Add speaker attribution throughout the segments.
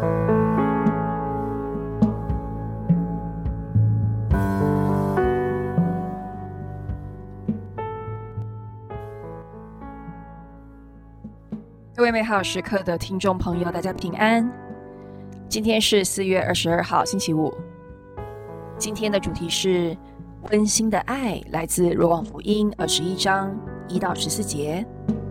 Speaker 1: 各位美好时刻的听众朋友，大家平安。今天是4月22号，星期五。今天的主题是温馨的爱，来自若望福音21章1到14节。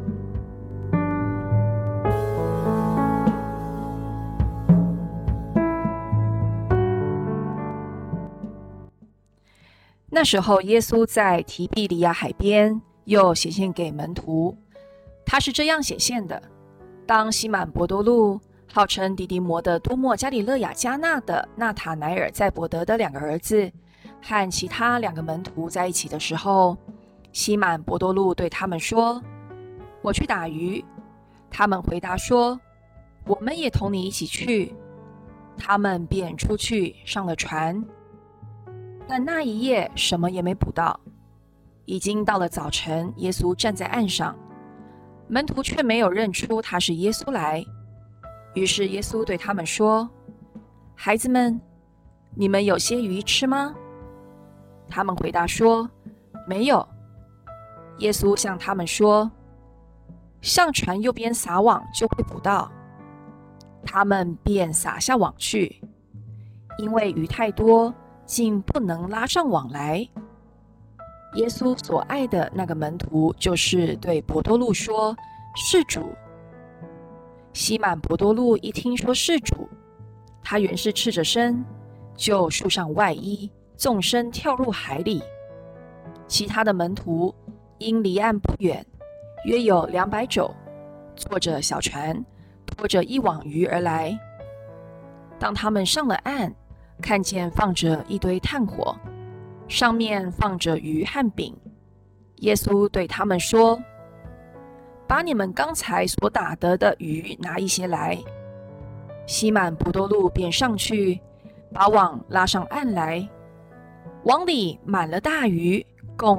Speaker 1: 那时候，耶稣在提比里亚海边又显现给门徒，他是这样显现的：当西满伯多禄号称迪迪摩的多默加里勒亚加纳的纳塔乃尔在伯德的2个儿子和其他2个门徒在一起的时候，西满伯多禄对他们说：我去打鱼。他们回答说：我们也同你一起去。他们便出去上了船，但那一夜什么也没捕到。已经到了早晨，耶稣站在岸上，门徒却没有认出他是耶稣来。于是耶稣对他们说：孩子们，你们有些鱼吃吗？他们回答说：没有。耶稣向他们说：上船右边撒网，就会捕到。他们便撒下网去，因为鱼太多，竟不能拉上网来。耶稣所爱的那个门徒就是对伯多禄说：是主。西满伯多禄一听说是主，他原是赤着身，就束上外衣，纵身跳入海里。其他的门徒因离岸不远，约有200肘，坐着小船，拖着一网鱼而来。当他们上了岸，看见放着一堆炭火，上面放着鱼和饼。耶稣对他们说：把你们刚才所打得的鱼拿一些来。西满伯多禄便上去，把网拉上岸来，网里满了大鱼，共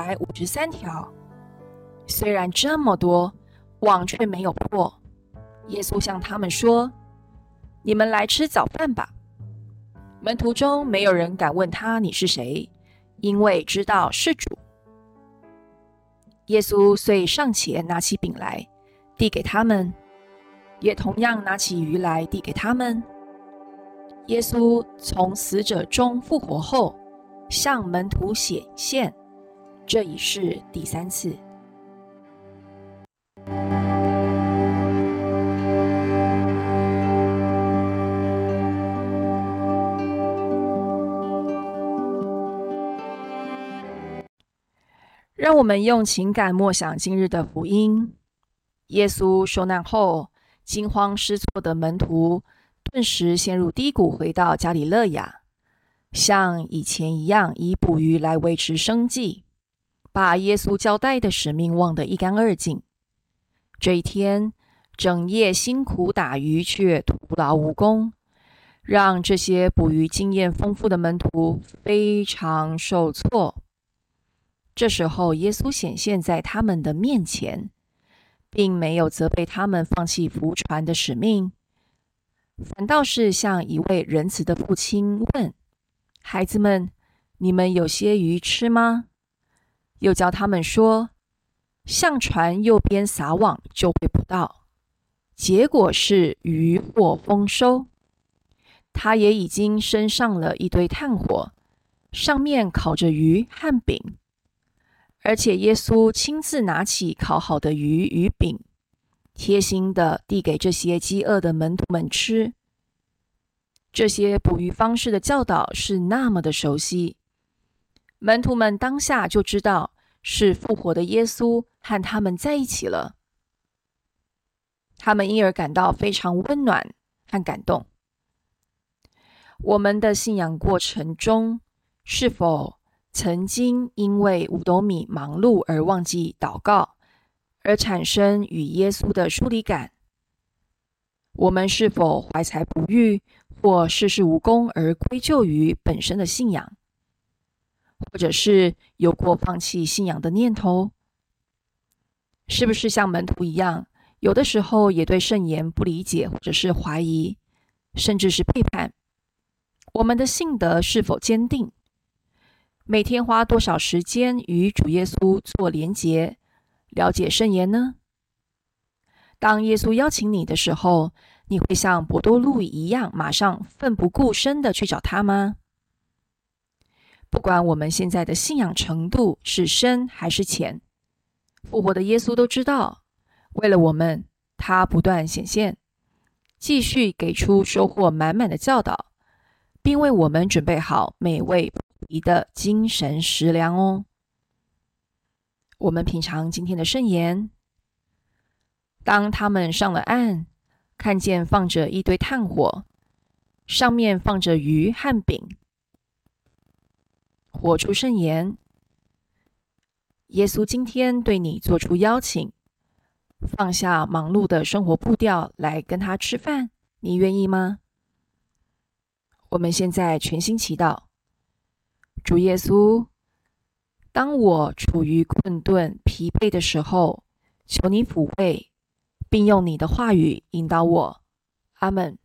Speaker 1: 153条。虽然这么多，网却没有破。耶稣向他们说：你们来吃早饭吧。门徒中没有人敢问他你是谁，因为知道是主。耶稣遂上前拿起饼来，递给他们，也同样拿起鱼来递给他们。耶稣从死者中复活后，向门徒显现，这已是第3次。让我们用情感默想今日的福音。耶稣受难后，惊慌失措的门徒顿时陷入低谷，回到加里勒亚，像以前一样以捕鱼来维持生计，把耶稣交代的使命忘得一干二净。这一天，整夜辛苦打鱼却徒劳无功，让这些捕鱼经验丰富的门徒非常受挫。这时候，耶稣显现在他们的面前，并没有责备他们放弃扶船的使命，反倒是像一位仁慈的父亲问：孩子们，你们有些鱼吃吗？又教他们说：上船右边撒网，就会捕到。结果是鱼获丰收。他也已经升上了一堆炭火，上面烤着鱼和饼。而且耶稣亲自拿起烤好的鱼与饼，贴心地递给这些饥饿的门徒们吃。这些捕鱼方式的教导是那么的熟悉，门徒们当下就知道是复活的耶稣和他们在一起了。他们因而感到非常温暖和感动。我们的信仰过程中，是否曾经因为五斗米忙碌而忘记祷告，而产生与耶稣的疏离感？我们是否怀才不遇或事事无功而归咎于本身的信仰，或者是有过放弃信仰的念头？是不是像门徒一样，有的时候也对圣言不理解或者是怀疑， 甚至是背叛？我们的信德是否坚定？每天花多少时间与主耶稣做连结，了解圣言呢？当耶稣邀请你的时候，你会像伯多禄一样，马上奋不顾身地去找他吗？不管我们现在的信仰程度是深还是浅，复活的耶稣都知道，为了我们，他不断显现，继续给出收获满满的教导，并为我们准备好美味不疲的精神食粮哦。我们品尝今天的圣言。当他们上了岸，看见放着一堆炭火，上面放着鱼和饼。活出圣言。耶稣今天对你做出邀请，放下忙碌的生活步调来跟他吃饭，你愿意吗？我们现在全心祈祷。主耶稣，当我处于困顿疲惫的时候，求你抚慰，并用你的话语引导我。阿们。